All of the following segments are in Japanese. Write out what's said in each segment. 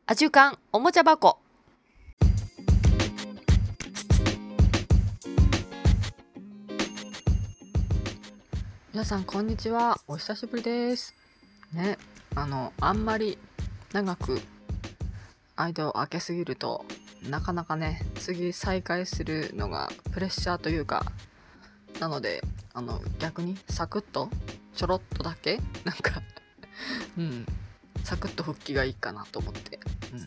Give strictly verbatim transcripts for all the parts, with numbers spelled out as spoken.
アジュカンおもちゃ箱。皆さんこんにちは、お久しぶりですね。あのあんまり長く間を空けすぎるとなかなかね、次再開するのがプレッシャーというか、なのであの逆にサクッとちょろっとだけなんかうんサクッと復帰がいいかなと思って、うん、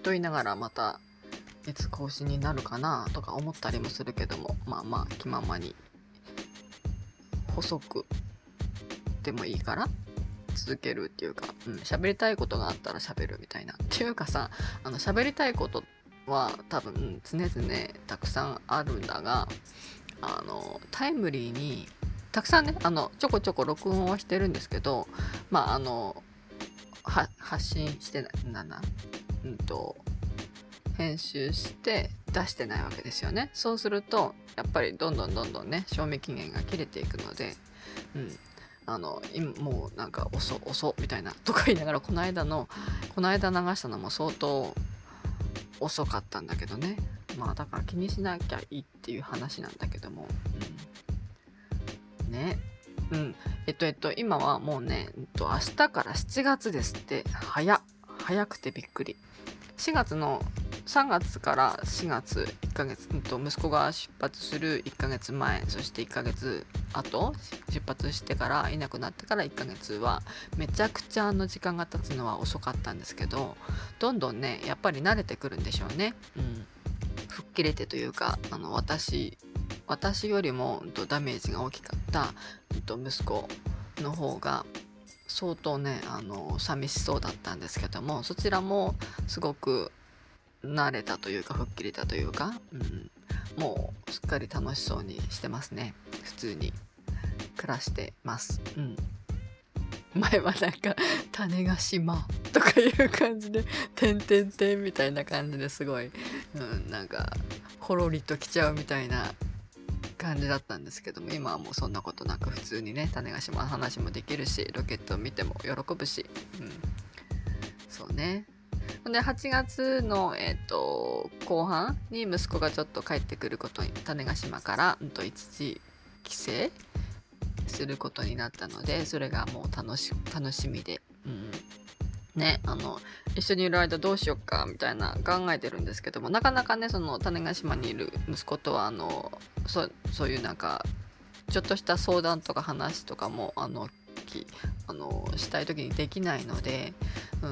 と言いながらまたいつ更新になるかなとか思ったりもするけども、まあまあ気ままに細くでもいいから続けるっていうか、うん、喋りたいことがあったら喋るみたいなっていうかさ、あの喋りたいことは多分常々たくさんあるんだが、あのタイムリーにたくさんね、あのちょこちょこ録音はしてるんですけど、まああのは発信してないなんだうんと編集して出してないわけですよね。そうするとやっぱりどんどんどんどんね、賞味期限が切れていくので、うんあの今もうなんか遅遅みたいなとか言いながら、この間のこの間流したのも相当遅かったんだけどね。まあだから気にしなきゃいいっていう話なんだけども、うん、ねうんえっとえっと今はもうね、えっと、明日からしちがつですって。早っ早くてびっくり。しがつのさんがつからしがついっかげつ、うん、と息子が出発するいっかげつまえ、そしていっかげつあと出発してからいなくなってからいっかげつはめちゃくちゃあの時間が経つのは遅かったんですけど、どんどんねやっぱり慣れてくるんでしょうね。うん、吹っ切れてというか、あの私私よりも、うん、とダメージが大きかった、うん、と息子の方が相当ね、あの寂しそうだったんですけども、そちらもすごく慣れたというか吹っ切れたというか、うん、もうすっかり楽しそうにしてますね。普通に暮らしてます。うん、前はなんか種子島とかいう感じでてんてんてんみたいな感じですごい、うん、なんかほろりときちゃうみたいな感じだったんですけども、今はもうそんなことなく普通にね、種子島の話もできるし、ロケットを見ても喜ぶし、うん、そうね。ではちがつの、えー、と後半に息子がちょっと帰ってくることに、種子島から、うん、と一時帰省することになったので、それがもう楽し楽しみで、うんね、あの一緒にいる間どうしよっかみたいな考えてるんですけども、なかなかね、その種子島にいる息子とはあの そ, そういうなんかちょっとした相談とか話とかもあのきあのしたい時にできないので、うん、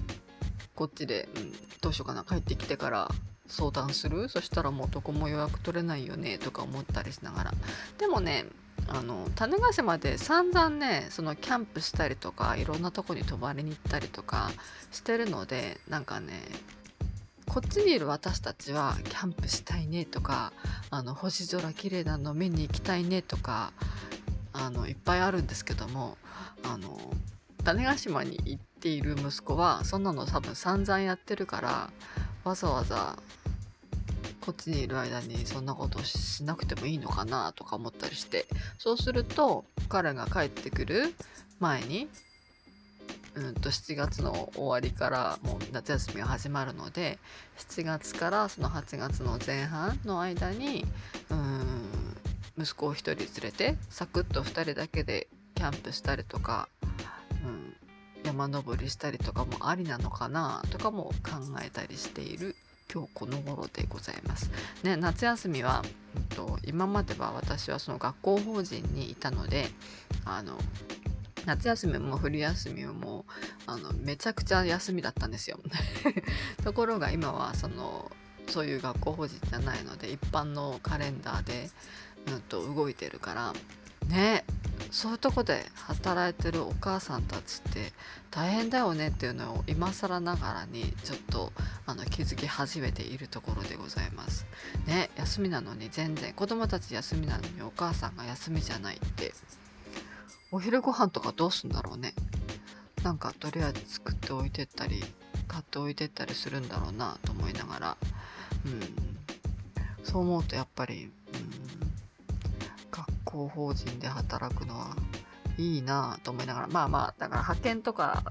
こっちで、うん、どうしようかな、帰ってきてから相談する。そしたらもうどこも予約取れないよねとか思ったりしながら、でもね、あの種子島で散々ね、そのキャンプしたりとかいろんなとこに泊まりに行ったりとかしてるので、なんかね、こっちにいる私たちはキャンプしたいねとか、あの星空綺麗なの見に行きたいねとか、あのいっぱいあるんですけども、あの種子島に行っている息子はそんなの多分散々やってるから、わざわざこっちにいる間にそんなことしなくてもいいのかなとか思ったりして、そうすると彼が帰ってくる前に、うんとしちがつの終わりからもう夏休みが始まるので、しちがつからそのはちがつの前半の間に、うーん息子を一人連れてサクッとふたりだけでキャンプしたりとか、うん、山登りしたりとかもありなのかなとかも考えたりしている今日この頃でございます。ね、夏休みは、うんと、今までは私はその学校法人にいたので、あの夏休みも冬休みもあのめちゃくちゃ休みだったんですよところが今はそのそういう学校法人じゃないので一般のカレンダーで、うん、と動いてるからね、そういうとこで働いてるお母さんたちって大変だよねっていうのを今更ながらにちょっとあの気づき始めているところでございますね。休みなのに全然子供たち休みなのにお母さんが休みじゃないって、お昼ご飯とかどうすんだろうね。なんかとりあえず作っておいてったり買っておいてったりするんだろうなと思いながら、うん、そう思うとやっぱり、うん、学校法人で働くのはいいなと思いながら、まあまあだから派遣とか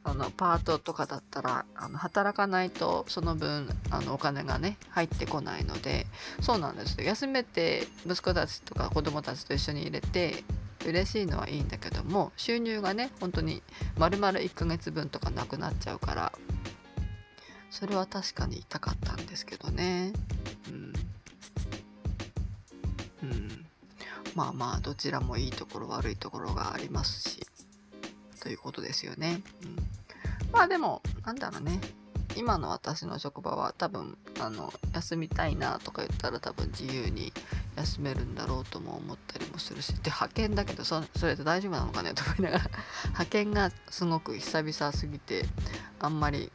あのパートとかだったらあの働かないとその分あのお金がね入ってこないので、そうなんですよ。休めて息子たちとか子供たちと一緒に入れて嬉しいのはいいんだけども、収入がね本当に丸々いっかげつぶんとかなくなっちゃうから、それは確かに痛かったんですけどね。うん、うん、まあまあどちらもいいところ悪いところがありますしということですよね。うん、まあでもなんだろうね、今の私の職場は多分あの休みたいなとか言ったら多分自由に休めるんだろうとも思ったりもするし、で派遣だけど そ, それで大丈夫なのかねと思いながら派遣がすごく久々すぎてあんまり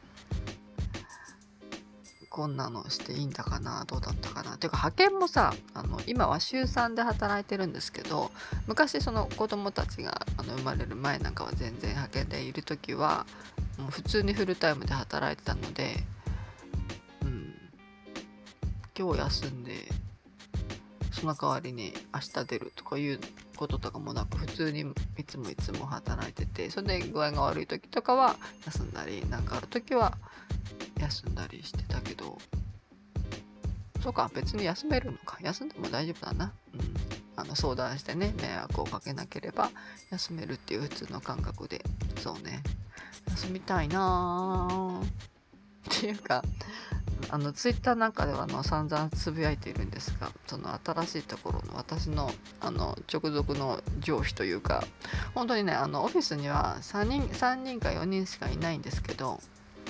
こんなのしていいんだかな、どうだったかなっていうか、派遣もさあの今は週さんで働いてるんですけど、昔その子供たちがあの生まれる前なんかは全然派遣でいる時はもう普通にフルタイムで働いてたので、うん、今日休んでその代わりに明日出るとかいうこととかもなく、普通にいつもいつも働いてて、それで具合が悪い時とかは休んだり、なんかある時は休んだりしてたけど、そうか別に休めるのか、休んでも大丈夫だな、うん、あの相談してね迷惑をかけなければ休めるっていう普通の感覚で、そうね休みたいなっていうか、あのツイッターなんかではあの散々つぶやいているんですが、その新しいところの私のあの直属の上司というか、本当にねあのオフィスにはさんにんさんにんかよにんしかいないんですけど、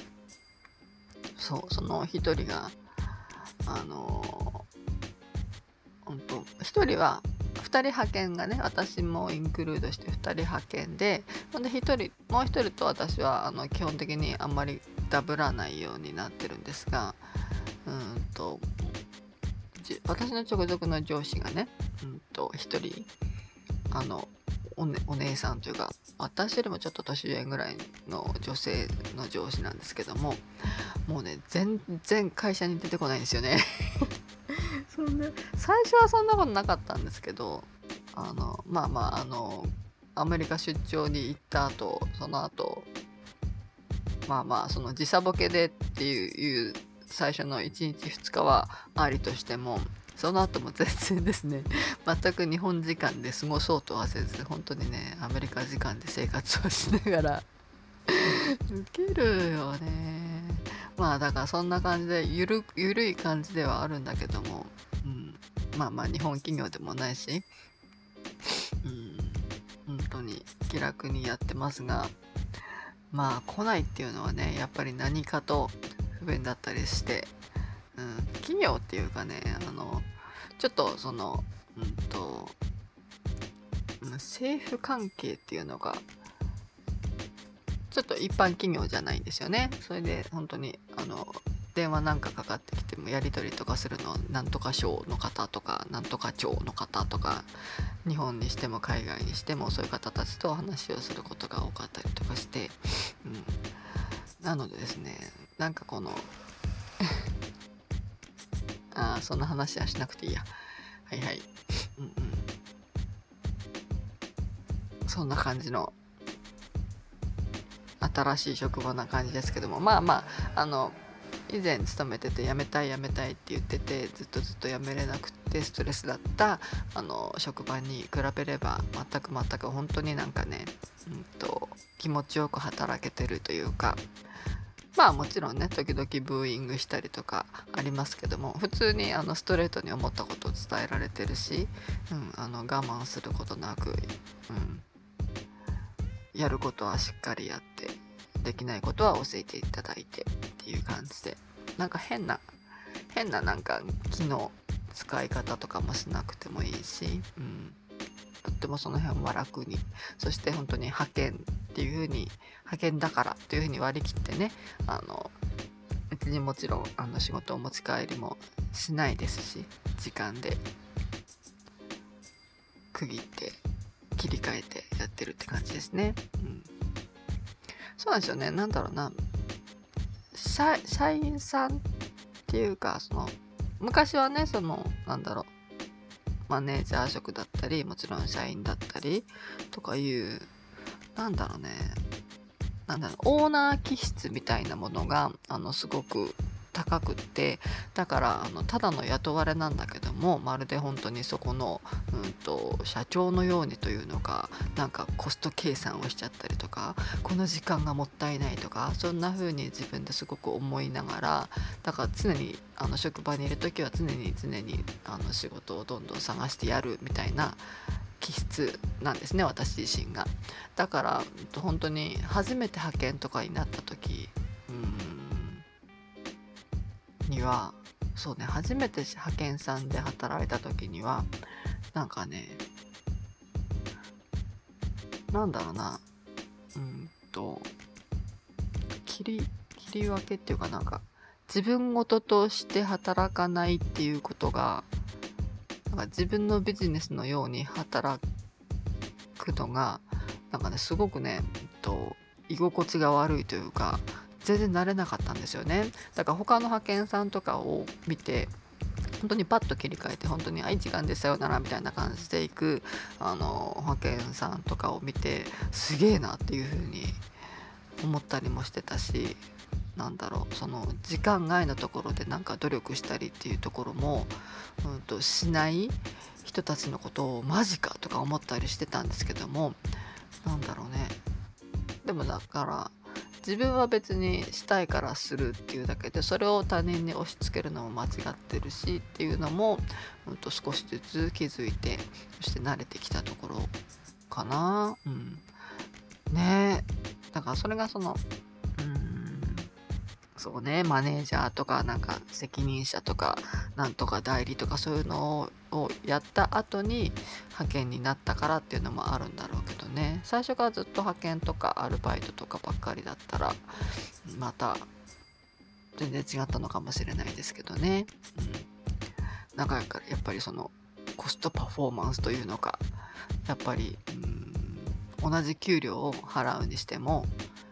そうそのひとりがあの本当ひとりはふたり派遣がね、私もインクルードしてふたり派遣で、ほんでひとりもうひとりと私はあの基本的にあんまりダブらないようになってるんですが、うんと私の直属の上司がね、うんとひとりあのお,、ね、お姉さんというか私よりもちょっと年上ぐらいの女性の上司なんですけども、もうね全然会社に出てこないんですよねそんな最初はそんなことなかったんですけど、あのまあまああのアメリカ出張に行った後、その後まあまあその時差ボケでっていう最初のいちにちふつかはありとしても、その後も全然ですね全く日本時間で過ごそうとはせず、本当にねアメリカ時間で生活をしながらウケるよね。まあだからそんな感じでゆるゆるい感じではあるんだけども、うん、まあまあ日本企業でもないし、うん、本当に気楽にやってますが、まあ来ないっていうのはねやっぱり何かと不便だったりして、うん、企業っていうかねあのちょっとそのうんと政府関係っていうのがちょっと一般企業じゃないんですよね。それで本当にあの電話なんかかかってきてもやり取りとかするのなんとか省の方とかなんとか庁の方とか、日本にしても海外にしてもそういう方たちとお話をすることが多かったりとかして、うん、なのでですねなんかこのああそんな話はしなくていいや、はいはい、うんうん、そんな感じの新しい職場な感じですけども、まあまああの以前勤めてて辞めたい辞めたいって言っててずっとずっと辞めれなくてストレスだったあの職場に比べれば全く全く本当になんかね、うんと気持ちよく働けてるというか、まあもちろんね時々ブーイングしたりとかありますけども、普通にあのストレートに思ったことを伝えられてるし、うん、あの我慢することなく、うん、やることはしっかりやって、できないことは教えていただいてっていう感じで、なんか変な変ななんか機能使い方とかもしなくてもいいし、うん、とってもその辺は楽に、そして本当に派遣っていう風に派遣だからっていう風に割り切ってね、あの別にもちろんあの仕事を持ち帰りもしないですし、時間で区切って切り替えてやってるって感じですね。うん、そうなんですよね。なんだろうな、社社員さんっていうか、その昔はねそのなんだろうマネージャー職だったりもちろん社員だったりとかいう、なんだろうね、 なんだろう、オーナー気質みたいなものがあのすごく高くって、だからあのただの雇われなんだけども、まるで本当にそこの、うんと、社長のようにというのか、なんかコスト計算をしちゃったりとか、この時間がもったいないとか、そんな風に自分ですごく思いながら、だから常にあの職場にいる時は常に常にあの仕事をどんどん探してやるみたいな気質なんですね、私自身が。だから本当に初めて派遣とかになった時、うーんには、そうね、初めて派遣さんで働いた時には、なんかね、なんだろうな、うんと切り切り分けっていうか、なんか自分事として働かないっていうことが、なんか自分のビジネスのように働くのが、なんかね、すごくね、えっと、居心地が悪いというか、全然慣れなかったんですよね。だから他の派遣さんとかを見て、本当にパッと切り替えて、本当に「はい、時間でさよなら」みたいな感じで行くあの派遣さんとかを見て、すげえなっていう風に思ったりもしてたし、なんだろう、その時間外のところでなんか努力したりっていうところも、うんとしない人たちのことをマジかとか思ったりしてたんですけども、なんだろうね、でもだから自分は別にしたいからするっていうだけで、それを他人に押し付けるのも間違ってるしっていうのも、うん、と少しずつ気づいて、そして慣れてきたところかな。うん、ねえ、だからそれがその、うーんそうね、マネージャーとかなんか責任者とかなんとか代理とかそういうのをやった後に派遣になったからっていうのもあるんだろうけどね。最初からずっと派遣とかアルバイトとかばっかりだったらまた全然違ったのかもしれないですけどね。うん、なんかやっぱりそのコストパフォーマンスというのか、やっぱり、うん、同じ給料を払うにしても、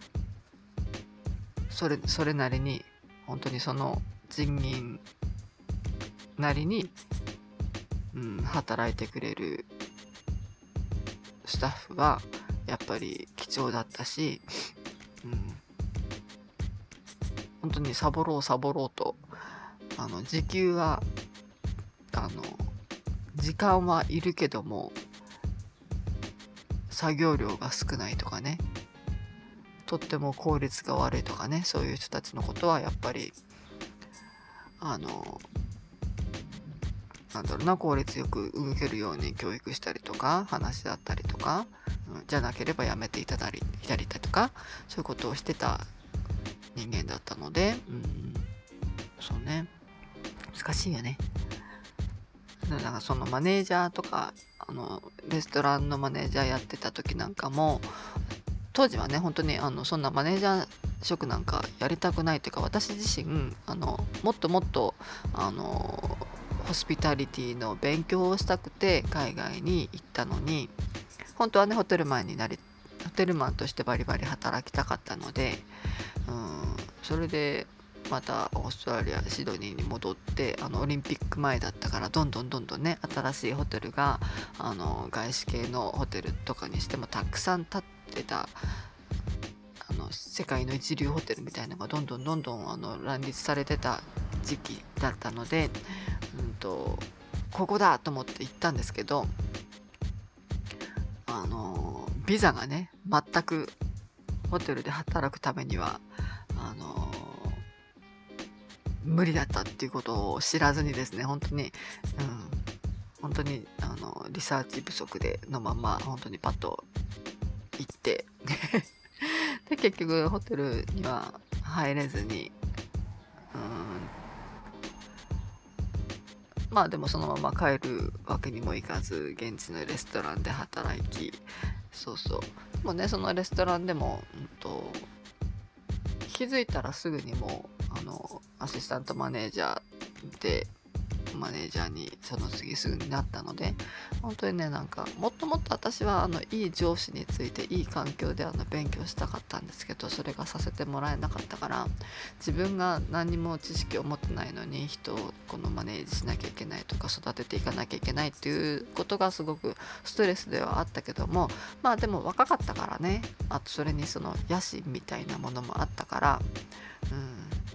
それそれなりに本当にその人員なりに、うん、働いてくれるスタッフはやっぱり貴重だったし、うん、本当にサボろうサボろうと、あの時給はあの時間はいるけども作業量が少ないとかね、とっても効率が悪いとかね、そういう人たちのことはやっぱりあのなんだろうな、効率よく動けるように教育したりとか、話だったりとか、うん、じゃなければやめていただいたりとか、そういうことをしてた人間だったので、うん、そうね、難しいよね。だからそのマネージャーとか、あのレストランのマネージャーやってた時なんかも、当時はね、本当にあのそんなマネージャー職なんかやりたくないというか、私自身あのもっともっとあのホスピタリティの勉強をしたくて海外に行ったのに、本当はねホテルマンになりホテルマンとしてバリバリ働きたかったので、うん、それでまたオーストラリアシドニーに戻って、あのオリンピック前だったから、どんどんどんどんね新しいホテルがあの外資系のホテルとかにしてもたくさん建ってた、あの世界の一流ホテルみたいなのがどんどんどんどんあの乱立されてた時期だったので、うんとここだと思って行ったんですけど、あのビザがね全くホテルで働くためにはあの無理だったっていうことを知らずにですね、本当に、うん、本当にあのリサーチ不足でのまま本当にパッと行ってで結局ホテルには入れずに、うん、まあでもそのまま帰るわけにもいかず、現地のレストランで働き、そうそう、もうねそのレストランでも、うんと、気づいたらすぐにもうあのアシスタントマネージャーでマネージャーにその次すぐになったので、本当にねなんかもっともっと私はあのいい上司についていい環境であの勉強したかったんですけど、それがさせてもらえなかったから、自分が何も知識を持ってないのに人をこのマネージしなきゃいけないとか育てていかなきゃいけないっていうことがすごくストレスではあったけども、まあでも若かったからね、あとそれにその野心みたいなものもあったから、うん、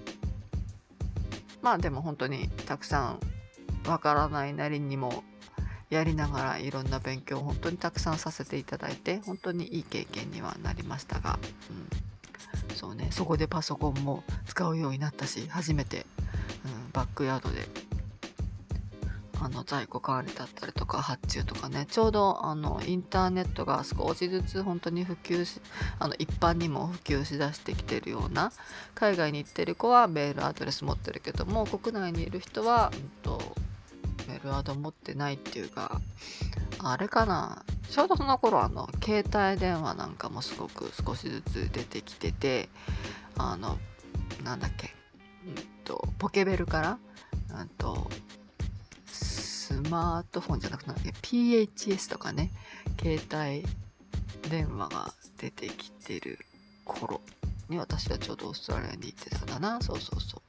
まあでも本当にたくさんわからないなりにもやりながらいろんな勉強を本当にたくさんさせていただいて、本当にいい経験にはなりましたが、うん、そうね、そこでパソコンも使うようになったし、初めて、うん、バックヤードであの在庫管理だったりとか発注とかね、ちょうどあのインターネットが少しずつ本当に普及し、あの一般にも普及しだしてきてるような、海外に行ってる子はメールアドレス持ってるけども、国内にいる人は、うんと、メールアド持ってないっていうか、あれかな、ちょうどその頃あの携帯電話なんかもすごく少しずつ出てきてて、あのなんだっけ、うんとポケベルから、うんとスマートフォンじゃなくて ピーエイチエス とかね、携帯電話が出てきてる頃に私はちょうどオーストラリアに行ってたんだな。そうそうそう。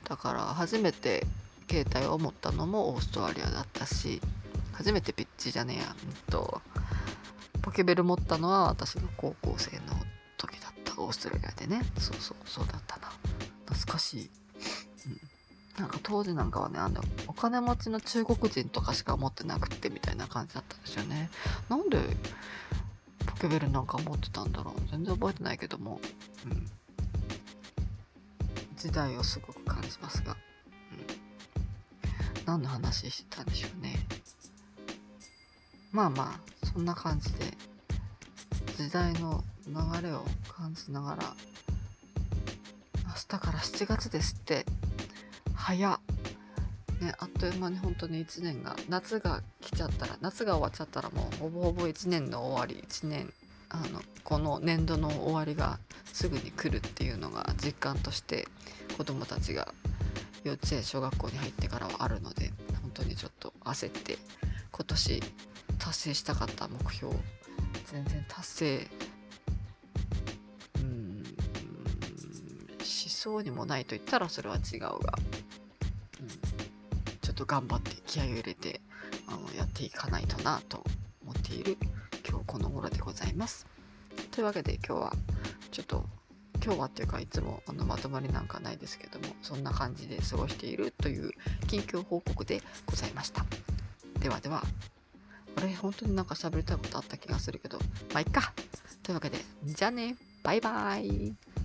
だから初めて携帯を持ったのもオーストラリアだったし、初めてピッチじゃねえや、うんとポケベル持ったのは私が高校生の時だった。オーストラリアでね。そうそうそうだったな。懐かしい。うん、なんか当時なんかはね、あのお金持ちの中国人とかしか持ってなくってみたいな感じだったんですよね。なんでポケベルなんか持ってたんだろう、全然覚えてないけども、うん、時代をすごく感じますが、うん、何の話してたんでしょうね。まあまあそんな感じで時代の流れを感じながら、明日からしちがつですって。早っね、あっという間に本当にいちねんが、夏が来ちゃったら、夏が終わっちゃったらもうほぼほぼいちねんの終わり、いちねん、あのこの年度の終わりがすぐに来るっていうのが実感として子どもたちが幼稚園小学校に入ってからはあるので、本当にちょっと焦って今年達成したかった目標全然達成うーんしそうにもないと言ったらそれは違うが、うん、ちょっと頑張って気合を入れてあのやっていかないとなと思っている今日この頃でございます。というわけで今日はちょっと今日はっていうかいつもあのまとまりなんかないですけども、そんな感じで過ごしているという近況報告でございました。ではでは、俺本当になんか喋りたいことあった気がするけど、まあいっか。というわけで、じゃあね、バイバイ。